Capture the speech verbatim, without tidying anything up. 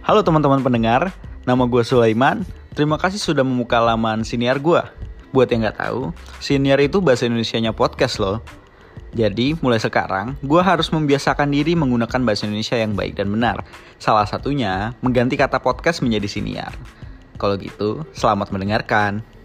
Halo teman-teman pendengar, nama gue Sulaiman. Terima kasih sudah membuka laman Siniar gue. Buat yang gak tahu, Siniar itu bahasa Indonesianya podcast loh. Jadi mulai sekarang, gue harus membiasakan diri menggunakan bahasa Indonesia yang baik dan benar. Salah satunya, mengganti kata podcast menjadi Siniar. Kalau gitu, selamat mendengarkan.